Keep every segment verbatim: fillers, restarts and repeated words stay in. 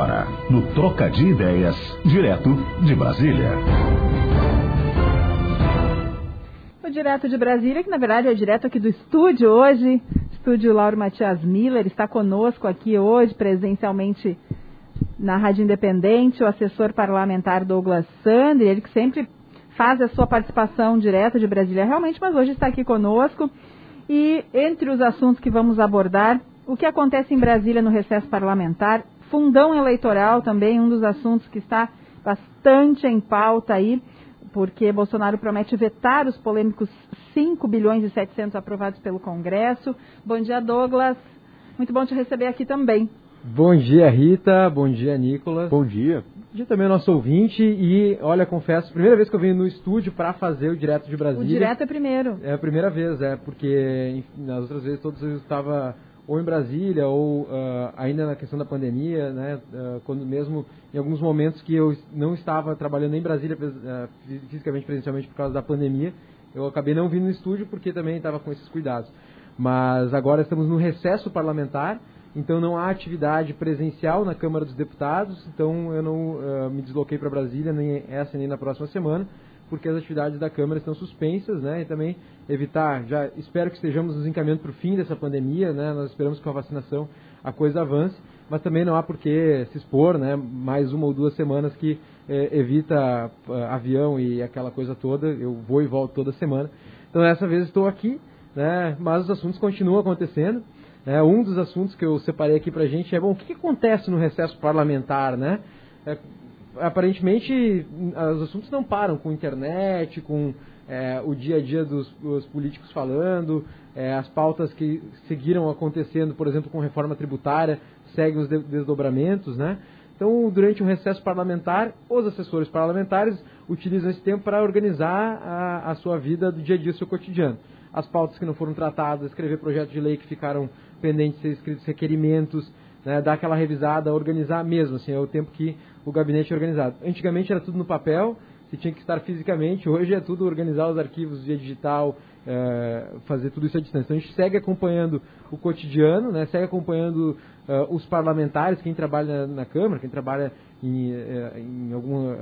agora, no Troca de Ideias, direto de Brasília. O Direto de Brasília, que na verdade é direto aqui do estúdio hoje, estúdio Lauro Matias Miller, está conosco aqui hoje, presencialmente na Rádio Independente, o assessor parlamentar Douglas Sandri, ele que sempre faz a sua participação direta de Brasília realmente, mas hoje está aqui conosco. E entre os assuntos que vamos abordar, o que acontece em Brasília no recesso parlamentar, fundão eleitoral também, um dos assuntos que está bastante em pauta aí, porque Bolsonaro promete vetar os polêmicos cinco bilhões e setecentos aprovados pelo Congresso. Bom dia, Douglas. Muito bom te receber aqui também. Bom dia, Rita. Bom dia, Nicolas. Bom dia. Bom dia também ao nosso ouvinte. E, olha, confesso, primeira vez que eu venho no estúdio para fazer o Direto de Brasília. O Direto é primeiro. É a primeira vez, é, porque enfim, nas outras vezes todos eu estava ou em Brasília ou uh, ainda na questão da pandemia, né, uh, quando mesmo em alguns momentos que eu não estava trabalhando em Brasília uh, fisicamente, presencialmente por causa da pandemia, eu acabei não vindo no estúdio porque também estava com esses cuidados. Mas agora estamos no recesso parlamentar, então não há atividade presencial na Câmara dos Deputados, então eu não uh, me desloquei para Brasília, nem essa nem na próxima semana, porque as atividades da Câmara estão suspensas, né, e também evitar, já espero que estejamos nos encaminhando para o fim dessa pandemia, né, nós esperamos que com a vacinação a coisa avance, mas também não há por que se expor, né, mais uma ou duas semanas que eh, evita uh, avião e aquela coisa toda, eu vou e volto toda semana, então dessa vez estou aqui, né, mas os assuntos continuam acontecendo. É, um dos assuntos que eu separei aqui pra gente é, bom, o que, que acontece no recesso parlamentar, né? É, aparentemente, os assuntos não param com internet, com é, o dia a dia dos, dos políticos falando, é, as pautas que seguiram acontecendo, por exemplo, com reforma tributária, seguem os desdobramentos, né? Então, durante o recesso parlamentar, os assessores parlamentares utilizam esse tempo para organizar a, a sua vida do dia a dia, o seu cotidiano. As pautas que não foram tratadas, escrever projetos de lei que ficaram pendentes de ser escritos, requerimentos, né, dar aquela revisada, organizar mesmo, assim, é o tempo que o gabinete é organizado. Antigamente era tudo no papel, você tinha que estar fisicamente, hoje é tudo organizar os arquivos via digital, é, fazer tudo isso à distância. Então a gente segue acompanhando o cotidiano, né, segue acompanhando uh, os parlamentares, quem trabalha na, na Câmara, quem trabalha em, uh, em algum uh,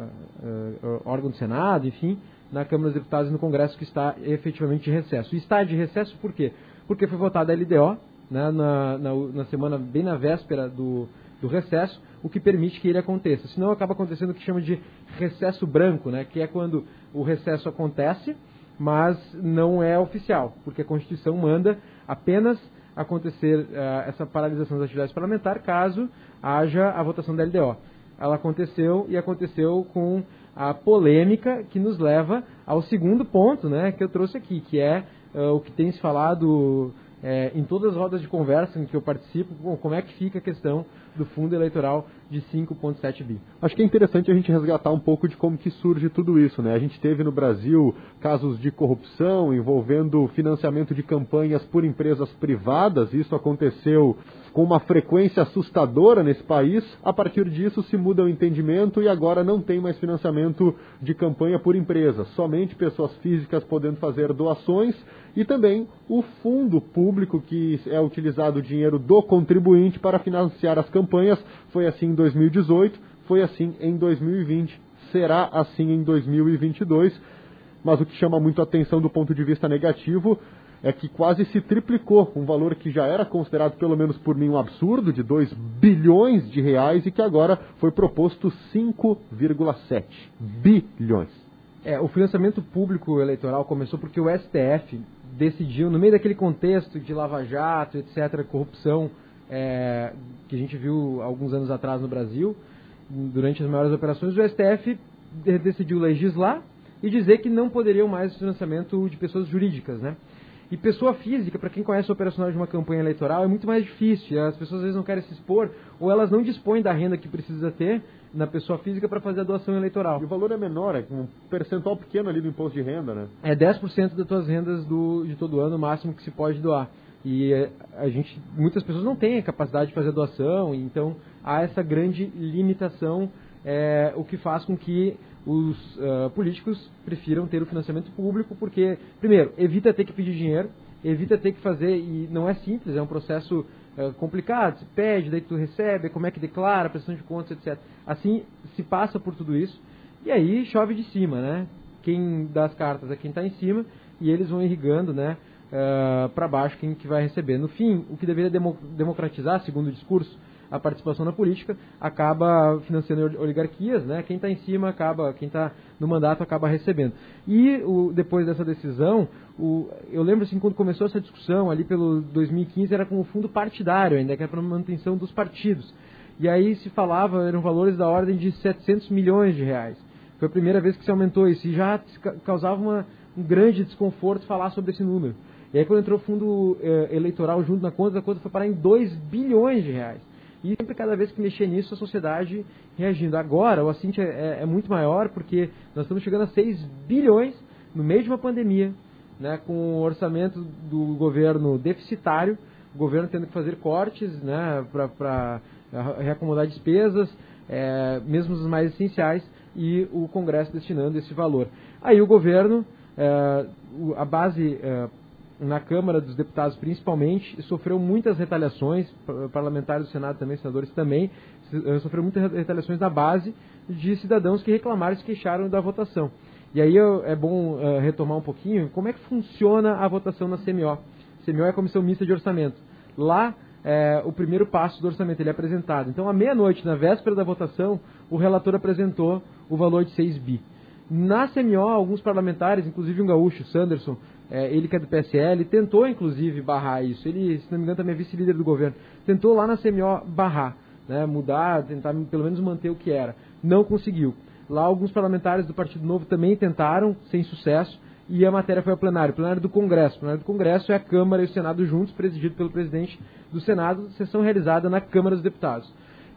uh, órgão do Senado, enfim, na Câmara dos Deputados e no Congresso, que está efetivamente de recesso. E está de recesso por quê? Porque foi votada a L D O, né, na, na, na semana, bem na véspera do, do recesso, o que permite que ele aconteça. Senão acaba acontecendo o que chama de recesso branco, né, que é quando o recesso acontece, mas não é oficial, porque a Constituição manda apenas acontecer uh, essa paralisação das atividades parlamentares caso haja a votação da L D O. Ela aconteceu e aconteceu com a polêmica que nos leva ao segundo ponto, né, que eu trouxe aqui, que é uh, o que tem se falado é, em todas as rodas de conversa em que eu participo, bom, como é que fica a questão do fundo eleitoral de cinco vírgula sete bi. Acho que é interessante a gente resgatar um pouco de como que surge tudo isso, né? A gente teve no Brasil casos de corrupção envolvendo financiamento de campanhas por empresas privadas, isso aconteceu com uma frequência assustadora nesse país. A partir disso se muda o entendimento e agora não tem mais financiamento de campanha por empresas, somente pessoas físicas podendo fazer doações e também o fundo público, que é utilizado o dinheiro do contribuinte para financiar as campanhas. Foi assim em dois mil e dezoito, foi assim em dois mil e vinte, será assim em dois mil e vinte e dois, mas o que chama muito a atenção do ponto de vista negativo é que quase se triplicou um valor que já era considerado, pelo menos por mim, um absurdo, de dois bilhões de reais, e que agora foi proposto cinco vírgula sete bilhões. É, o financiamento público eleitoral começou porque o S T F decidiu, no meio daquele contexto de Lava Jato, etcétera, corrupção, é, que a gente viu alguns anos atrás no Brasil, durante as maiores operações, o S T F decidiu legislar e dizer que não poderiam mais financiamento de pessoas jurídicas, né? E pessoa física, para quem conhece o operacional de uma campanha eleitoral, é muito mais difícil. As pessoas às vezes não querem se expor, ou elas não dispõem da renda que precisa ter na pessoa física para fazer a doação eleitoral. E o valor é menor, é um percentual pequeno ali do imposto de renda, né? É dez por cento das tuas rendas do, de todo ano, o máximo que se pode doar. E a gente, muitas pessoas não têm a capacidade de fazer a doação, então há essa grande limitação, é, o que faz com que os uh, políticos prefiram ter o financiamento público, porque, primeiro, evita ter que pedir dinheiro, evita ter que fazer, e não é simples, é um processo é complicado, se pede, daí tu recebe, como é que declara, prestação de contas, etcétera. Assim, se passa por tudo isso, e aí chove de cima, né? Quem dá as cartas é quem está em cima, e eles vão irrigando, né, uh, para baixo quem que vai receber. No fim, o que deveria demo, democratizar, segundo o discurso, a participação na política, acaba financiando oligarquias, né? Quem está em cima acaba, quem está no mandato acaba recebendo. E o, depois dessa decisão, o, eu lembro assim, quando começou essa discussão, ali pelo dois mil e quinze, era com o fundo partidário ainda, que era para manutenção dos partidos. E aí se falava, eram valores da ordem de setecentos milhões de reais. Foi a primeira vez que se aumentou isso, e já causava uma, um grande desconforto falar sobre esse número. E aí quando entrou o fundo eh, eleitoral junto na conta, a conta foi parar em dois bilhões de reais. E sempre, cada vez que mexer nisso, a sociedade reagindo. Agora, o assinte é, é muito maior, porque nós estamos chegando a seis bilhões no meio de uma pandemia, né, com o orçamento do governo deficitário, o governo tendo que fazer cortes, né, para reacomodar despesas, é, mesmo os mais essenciais, e o Congresso destinando esse valor. Aí o governo, é, a base... É, na Câmara dos Deputados principalmente, sofreu muitas retaliações, parlamentares do Senado também, senadores também, sofreu muitas retaliações da base de cidadãos que reclamaram e se queixaram da votação. E aí é bom uh, retomar um pouquinho como é que funciona a votação na C M O. C M O é a Comissão Mista de Orçamento. Lá, é, o primeiro passo do orçamento, ele é apresentado. Então, à meia-noite, na véspera da votação, o relator apresentou o valor de seis bi. Na C M O, alguns parlamentares, inclusive um gaúcho, Sanderson, é, ele que é do P S L, tentou inclusive barrar isso. Ele, se não me engano, também é vice-líder do governo. Tentou lá na C M O barrar, né, mudar, tentar pelo menos manter o que era. Não conseguiu. Lá alguns parlamentares do Partido Novo também tentaram, sem sucesso, e a matéria foi ao plenário, plenário do Congresso. O plenário do Congresso é a Câmara e o Senado juntos, presidido pelo presidente do Senado, sessão realizada na Câmara dos Deputados.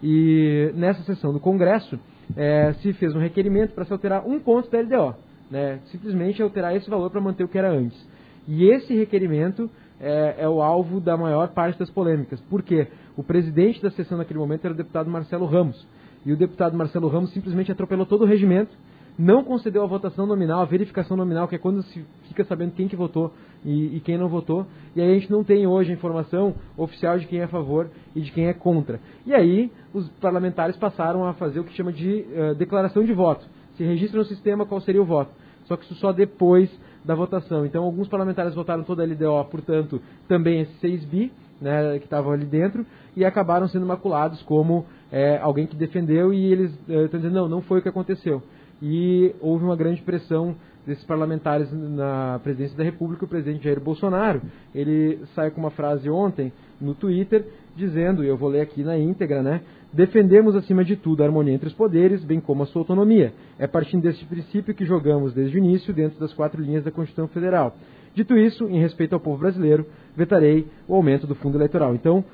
E nessa sessão do Congresso, é, se fez um requerimento para se alterar um ponto da L D O. Né, simplesmente alterar esse valor para manter o que era antes. E esse requerimento é, é o alvo da maior parte das polêmicas. Por quê? O presidente da sessão naquele momento era o deputado Marcelo Ramos. E o deputado Marcelo Ramos simplesmente atropelou todo o regimento, não concedeu a votação nominal, a verificação nominal, que é quando se fica sabendo quem que votou e, e quem não votou. E aí a gente não tem hoje a informação oficial de quem é a favor e de quem é contra. E aí os parlamentares passaram a fazer o que chama de uh, declaração de voto. Se registra no sistema qual seria o voto. Só que isso só depois da votação. Então, alguns parlamentares votaram toda a L D O, portanto, também esses seis bi, né, que estavam ali dentro, e acabaram sendo maculados como é, alguém que defendeu, e eles estão é, dizendo, não, não foi o que aconteceu. E houve uma grande pressão desses parlamentares na presidência da República. O presidente Jair Bolsonaro, ele saiu com uma frase ontem no Twitter, dizendo, e eu vou ler aqui na íntegra, né? Defendemos, acima de tudo, a harmonia entre os poderes, bem como a sua autonomia. É partindo deste princípio que jogamos desde o início dentro das quatro linhas da Constituição Federal. Dito isso, em respeito ao povo brasileiro, vetarei o aumento do fundo eleitoral. Então,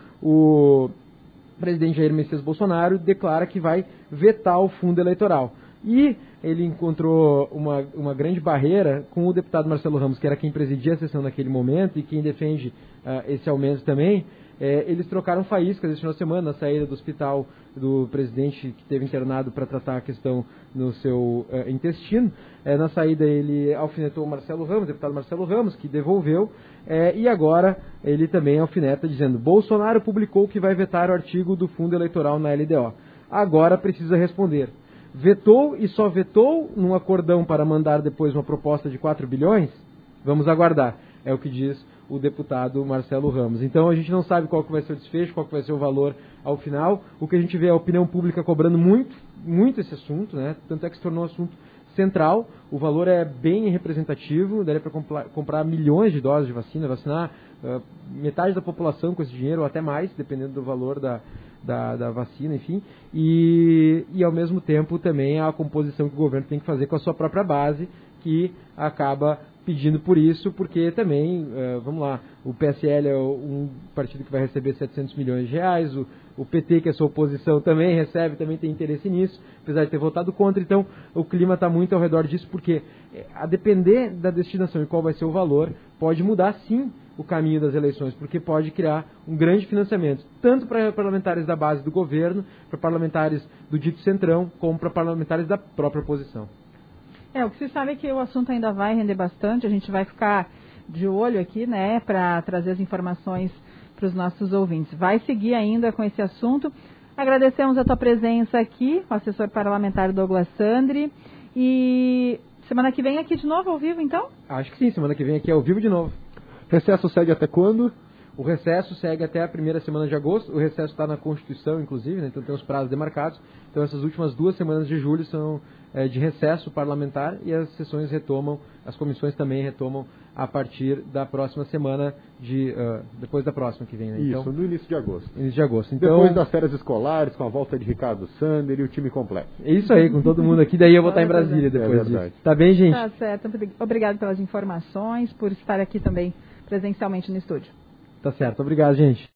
o presidente Jair Messias Bolsonaro declara que vai vetar o fundo eleitoral. E ele encontrou uma, uma grande barreira com o deputado Marcelo Ramos, que era quem presidia a sessão naquele momento e quem defende uh, esse aumento também. É, eles trocaram faíscas esse final de semana, na saída do hospital do presidente que esteve internado para tratar a questão no seu uh, intestino. É, na saída ele alfinetou o Marcelo Ramos, o deputado Marcelo Ramos, que devolveu, é, e agora ele também alfineta dizendo: Bolsonaro publicou que vai vetar o artigo do fundo eleitoral na L D O. Agora precisa responder. Vetou e só vetou num acordão para mandar depois uma proposta de quatro bilhões? Vamos aguardar. É o que diz o deputado Marcelo Ramos. Então a gente não sabe qual que vai ser o desfecho, qual que vai ser o valor ao final. O que a gente vê é a opinião pública cobrando muito, muito esse assunto, né? Tanto é que se tornou um assunto central. O valor é bem representativo, daria para comprar, comprar milhões de doses de vacina, vacinar uh, metade da população com esse dinheiro, ou até mais, dependendo do valor da, da, da vacina, enfim. E, e ao mesmo tempo também a composição que o governo tem que fazer com a sua própria base, que acaba pedindo por isso, porque também, uh, vamos lá, o P S L é um partido que vai receber setecentos milhões de reais, o, o P T, que é a sua oposição, também recebe, também tem interesse nisso, apesar de ter votado contra. Então o clima está muito ao redor disso, porque a depender da destinação e qual vai ser o valor, pode mudar sim o caminho das eleições, porque pode criar um grande financiamento, tanto para parlamentares da base do governo, para parlamentares do dito centrão, como para parlamentares da própria oposição. É, o que se sabe é que o assunto ainda vai render bastante, a gente vai ficar de olho aqui, né, para trazer as informações para os nossos ouvintes. Vai seguir ainda com esse assunto. Agradecemos a tua presença aqui, o assessor parlamentar Douglas Sandri. E semana que vem aqui de novo, ao vivo, então? Acho que sim, semana que vem aqui ao vivo de novo. Recesso segue até quando? O recesso segue até a primeira semana de agosto. O recesso está na Constituição, inclusive, né? Então tem os prazos demarcados. Então essas últimas duas semanas de julho são é, de recesso parlamentar e as sessões retomam, as comissões também retomam a partir da próxima semana, de, uh, depois da próxima que vem. Né? Isso, então, no início de agosto. Início de agosto. Então, depois das férias escolares, com a volta de Ricardo Sander e o time completo. É isso aí, com todo mundo aqui. Daí eu vou estar em Brasília depois é disso. Tá bem, gente? Tá certo. Obrigado pelas informações, por estar aqui também presencialmente no estúdio. Tá certo. Obrigado, gente.